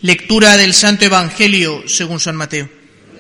Lectura del Santo Evangelio según San Mateo.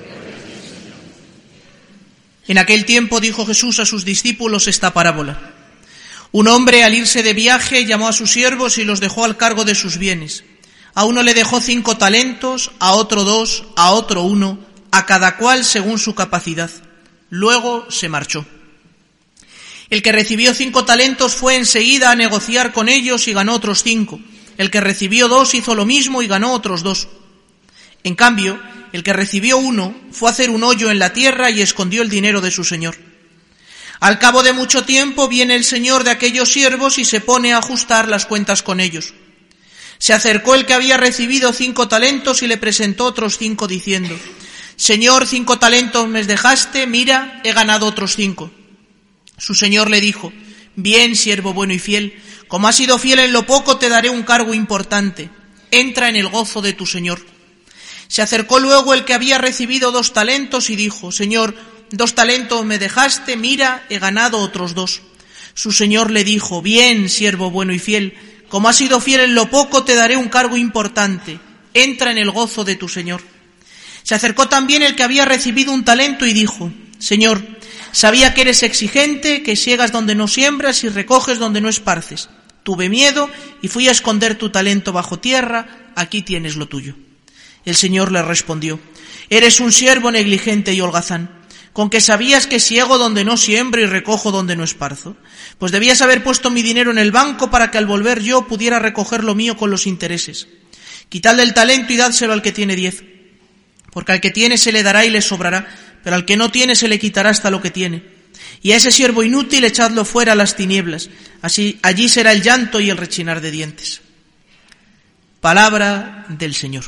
En aquel tiempo dijo Jesús a sus discípulos esta parábola. Un hombre, al irse de viaje, llamó a sus siervos y los dejó al cargo de sus bienes. A uno le dejó 5 talentos, a otro 2, a otro 1, a cada cual según su capacidad. Luego se marchó. El que recibió 5 talentos fue enseguida a negociar con ellos y ganó otros 5. El que recibió 2 hizo lo mismo y ganó otros 2. En cambio, el que recibió 1 fue a hacer un hoyo en la tierra y escondió el dinero de su señor. Al cabo de mucho tiempo viene el señor de aquellos siervos y se pone a ajustar las cuentas con ellos. Se acercó el que había recibido 5 talentos y le presentó otros 5 diciendo: Señor, 5 talentos me dejaste, mira, he ganado otros 5. Su señor le dijo: Bien, siervo bueno y fiel, como has sido fiel en lo poco, te daré un cargo importante. Entra en el gozo de tu señor. Se acercó luego el que había recibido 2 talentos y dijo: Señor, 2 talentos me dejaste, mira, he ganado otros 2. Su señor le dijo: Bien, siervo bueno y fiel, como has sido fiel en lo poco, te daré un cargo importante. Entra en el gozo de tu señor. Se acercó también el que había recibido 1 talento y dijo: Señor, sabía que eres exigente, que siegas donde no siembras y recoges donde no esparces. Tuve miedo y fui a esconder tu talento bajo tierra, aquí tienes lo tuyo. El Señor le respondió: Eres un siervo negligente y holgazán, con que sabías que siego donde no siembro y recojo donde no esparzo. Pues debías haber puesto mi dinero en el banco para que al volver yo pudiera recoger lo mío con los intereses. Quitadle el talento y dádselo al que tiene 10. Porque al que tiene se le dará y le sobrará, pero al que no tiene se le quitará hasta lo que tiene. Y a ese siervo inútil echadlo fuera a las tinieblas. Allí será el llanto y el rechinar de dientes. Palabra del Señor.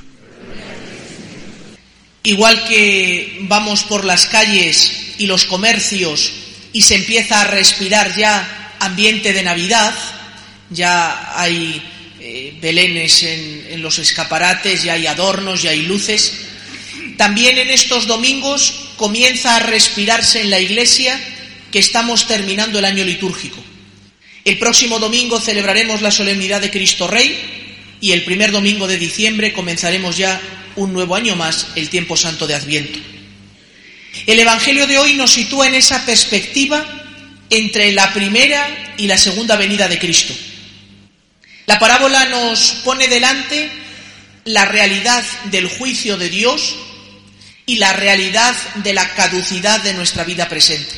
Igual que vamos por las calles y los comercios y se empieza a respirar ya ambiente de Navidad, ya hay belenes en los escaparates, ya hay adornos, ya hay luces, también en estos domingos comienza a respirarse en la Iglesia que estamos terminando el año litúrgico. El próximo domingo celebraremos la solemnidad de Cristo Rey y el primer domingo de diciembre comenzaremos ya un nuevo año más, el tiempo santo de Adviento. El Evangelio de hoy nos sitúa en esa perspectiva entre la primera y la segunda venida de Cristo. La parábola nos pone delante la realidad del juicio de Dios y la realidad de la caducidad de nuestra vida presente.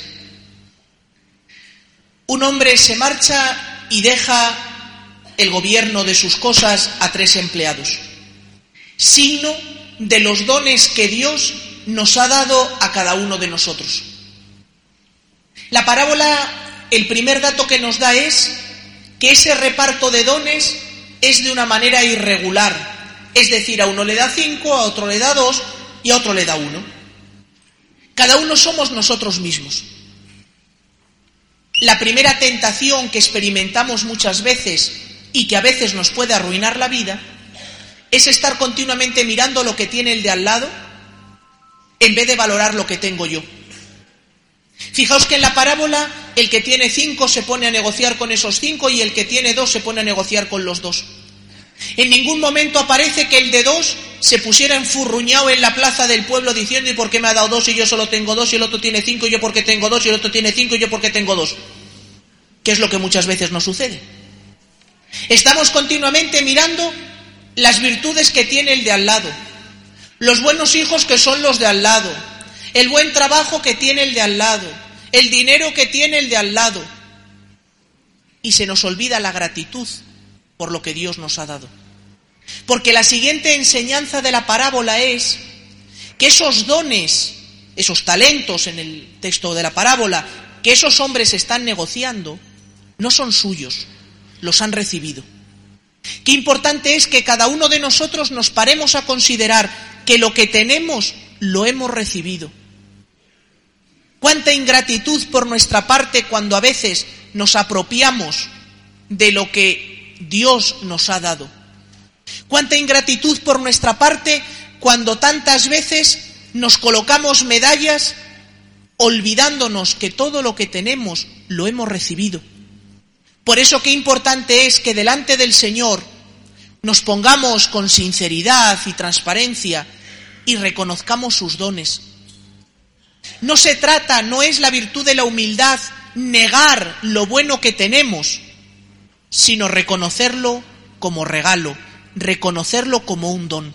Un hombre se marcha y deja el gobierno de sus cosas a 3 empleados. Signo de los dones que Dios nos ha dado a cada uno de nosotros. La parábola, el primer dato que nos da es que ese reparto de dones es de una manera irregular. Es decir, a uno le da 5, a otro le da 2 y a otro le da 1. Cada uno somos nosotros mismos. La primera tentación que experimentamos muchas veces y que a veces nos puede arruinar la vida es estar continuamente mirando lo que tiene el de al lado en vez de valorar lo que tengo yo. Fijaos que en la parábola el que tiene 5 se pone a negociar con esos 5 y el que tiene 2 se pone a negociar con los 2. En ningún momento aparece que el de 2 se pusiera enfurruñado en la plaza del pueblo diciendo: ¿y por qué me ha dado 2 y yo solo tengo 2? Y el otro tiene 5 y yo porque tengo 2, y el otro tiene 5 y yo porque tengo 2. ¿Qué es lo que muchas veces nos sucede? Estamos continuamente mirando las virtudes que tiene el de al lado, los buenos hijos que son los de al lado, el buen trabajo que tiene el de al lado, el dinero que tiene el de al lado, y se nos olvida la gratitud por lo que Dios nos ha dado. Porque la siguiente enseñanza de la parábola es que esos dones, esos talentos en el texto de la parábola, que esos hombres están negociando, no son suyos, los han recibido. Qué importante es que cada uno de nosotros nos paremos a considerar que lo que tenemos lo hemos recibido. Cuánta ingratitud por nuestra parte cuando a veces nos apropiamos de lo que Dios nos ha dado. Cuánta ingratitud por nuestra parte cuando tantas veces nos colocamos medallas olvidándonos que todo lo que tenemos lo hemos recibido. Por eso qué importante es que delante del Señor, nos pongamos con sinceridad y transparencia y reconozcamos sus dones. No se trata, no es la virtud de la humildad negar lo bueno que tenemos, sino reconocerlo como regalo, reconocerlo como un don.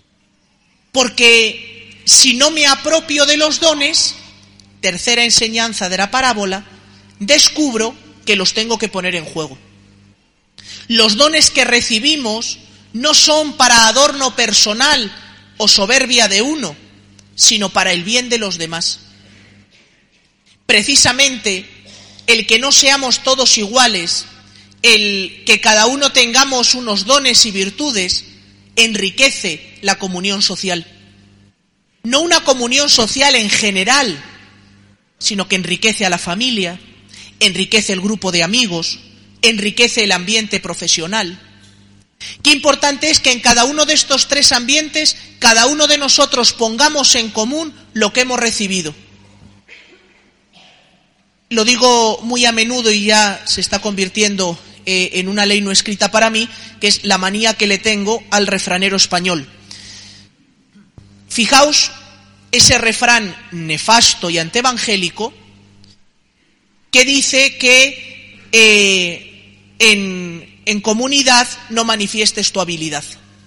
Porque si no me apropio de los dones, tercera enseñanza de la parábola, descubro que los tengo que poner en juego. Los dones que recibimos no son para adorno personal o soberbia de uno, sino para el bien de los demás. Precisamente, el que no seamos todos iguales, el que cada uno tengamos unos dones y virtudes, enriquece la comunión social. No una comunión social en general, sino que enriquece a la familia, enriquece el grupo de amigos, enriquece el ambiente profesional. Qué importante es que en cada uno de estos tres ambientes, cada uno de nosotros pongamos en común lo que hemos recibido. Lo digo muy a menudo y ya se está convirtiendo en una ley no escrita para mí, que es la manía que le tengo al refranero español. Fijaos ese refrán nefasto y antievangélico que dice que en comunidad no manifiestes tu habilidad.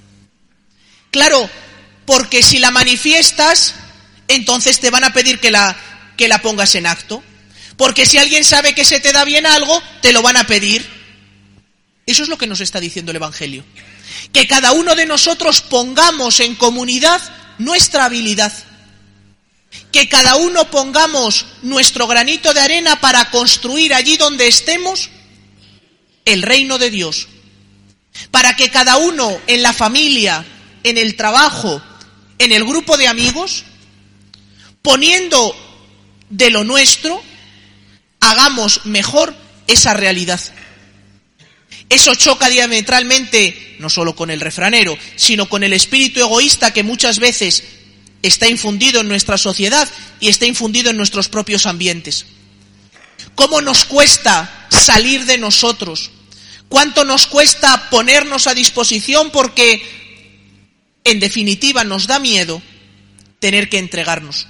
Claro, porque si la manifiestas, entonces te van a pedir que la pongas en acto. Porque si alguien sabe que se te da bien algo, te lo van a pedir. Eso es lo que nos está diciendo el Evangelio. Que cada uno de nosotros pongamos en comunidad nuestra habilidad. Que cada uno pongamos nuestro granito de arena para construir allí donde estemos el reino de Dios. Para que cada uno en la familia, en el trabajo, en el grupo de amigos, poniendo de lo nuestro, hagamos mejor esa realidad. Eso choca diametralmente, no solo con el refranero, sino con el espíritu egoísta que muchas veces está infundido en nuestra sociedad y está infundido en nuestros propios ambientes. ¿Cómo nos cuesta salir de nosotros? ¿Cuánto nos cuesta ponernos a disposición? Porque, en definitiva, nos da miedo tener que entregarnos.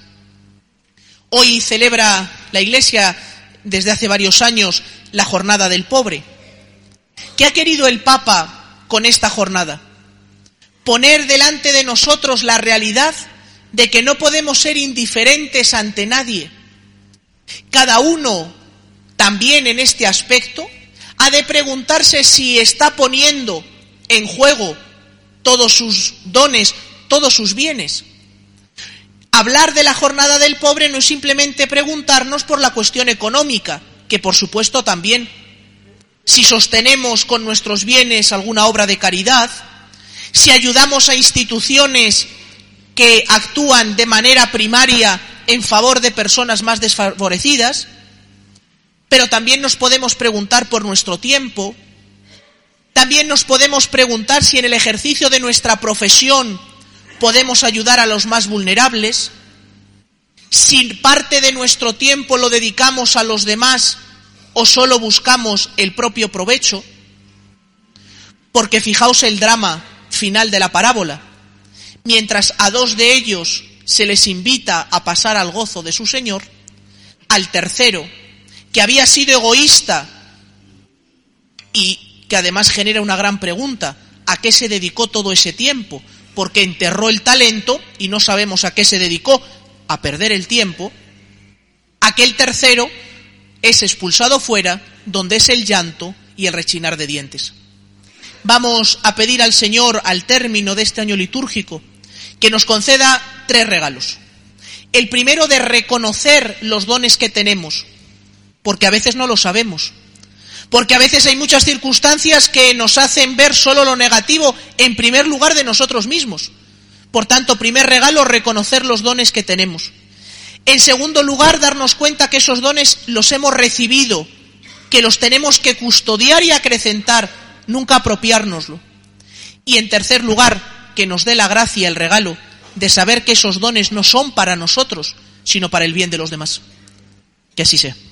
Hoy celebra la Iglesia, desde hace varios años, la Jornada del Pobre. ¿Qué ha querido el Papa con esta jornada? Poner delante de nosotros la realidad de que no podemos ser indiferentes ante nadie. Cada uno, también en este aspecto, ha de preguntarse si está poniendo en juego todos sus dones, todos sus bienes. Hablar de la Jornada del Pobre no es simplemente preguntarnos por la cuestión económica, que por supuesto también, si sostenemos con nuestros bienes alguna obra de caridad, si ayudamos a instituciones que actúan de manera primaria en favor de personas más desfavorecidas, pero también nos podemos preguntar por nuestro tiempo, también nos podemos preguntar si en el ejercicio de nuestra profesión podemos ayudar a los más vulnerables, si parte de nuestro tiempo lo dedicamos a los demás o solo buscamos el propio provecho, porque fijaos el drama final de la parábola. Mientras a dos de ellos se les invita a pasar al gozo de su Señor, al tercero, que había sido egoísta y que además genera una gran pregunta, ¿a qué se dedicó todo ese tiempo? Porque enterró el talento y no sabemos a qué se dedicó, a perder el tiempo. Aquel tercero es expulsado fuera, donde es el llanto y el rechinar de dientes. Vamos a pedir al Señor, al término de este año litúrgico, que nos conceda 3 regalos. El primero, de reconocer los dones que tenemos, porque a veces no lo sabemos. Porque a veces hay muchas circunstancias que nos hacen ver solo lo negativo, en primer lugar de nosotros mismos. Por tanto, primer regalo, reconocer los dones que tenemos. En segundo lugar, darnos cuenta que esos dones los hemos recibido, que los tenemos que custodiar y acrecentar, nunca apropiárnoslo. Y en tercer lugar, que nos dé la gracia, el regalo, de saber que esos dones no son para nosotros, sino para el bien de los demás. Que así sea.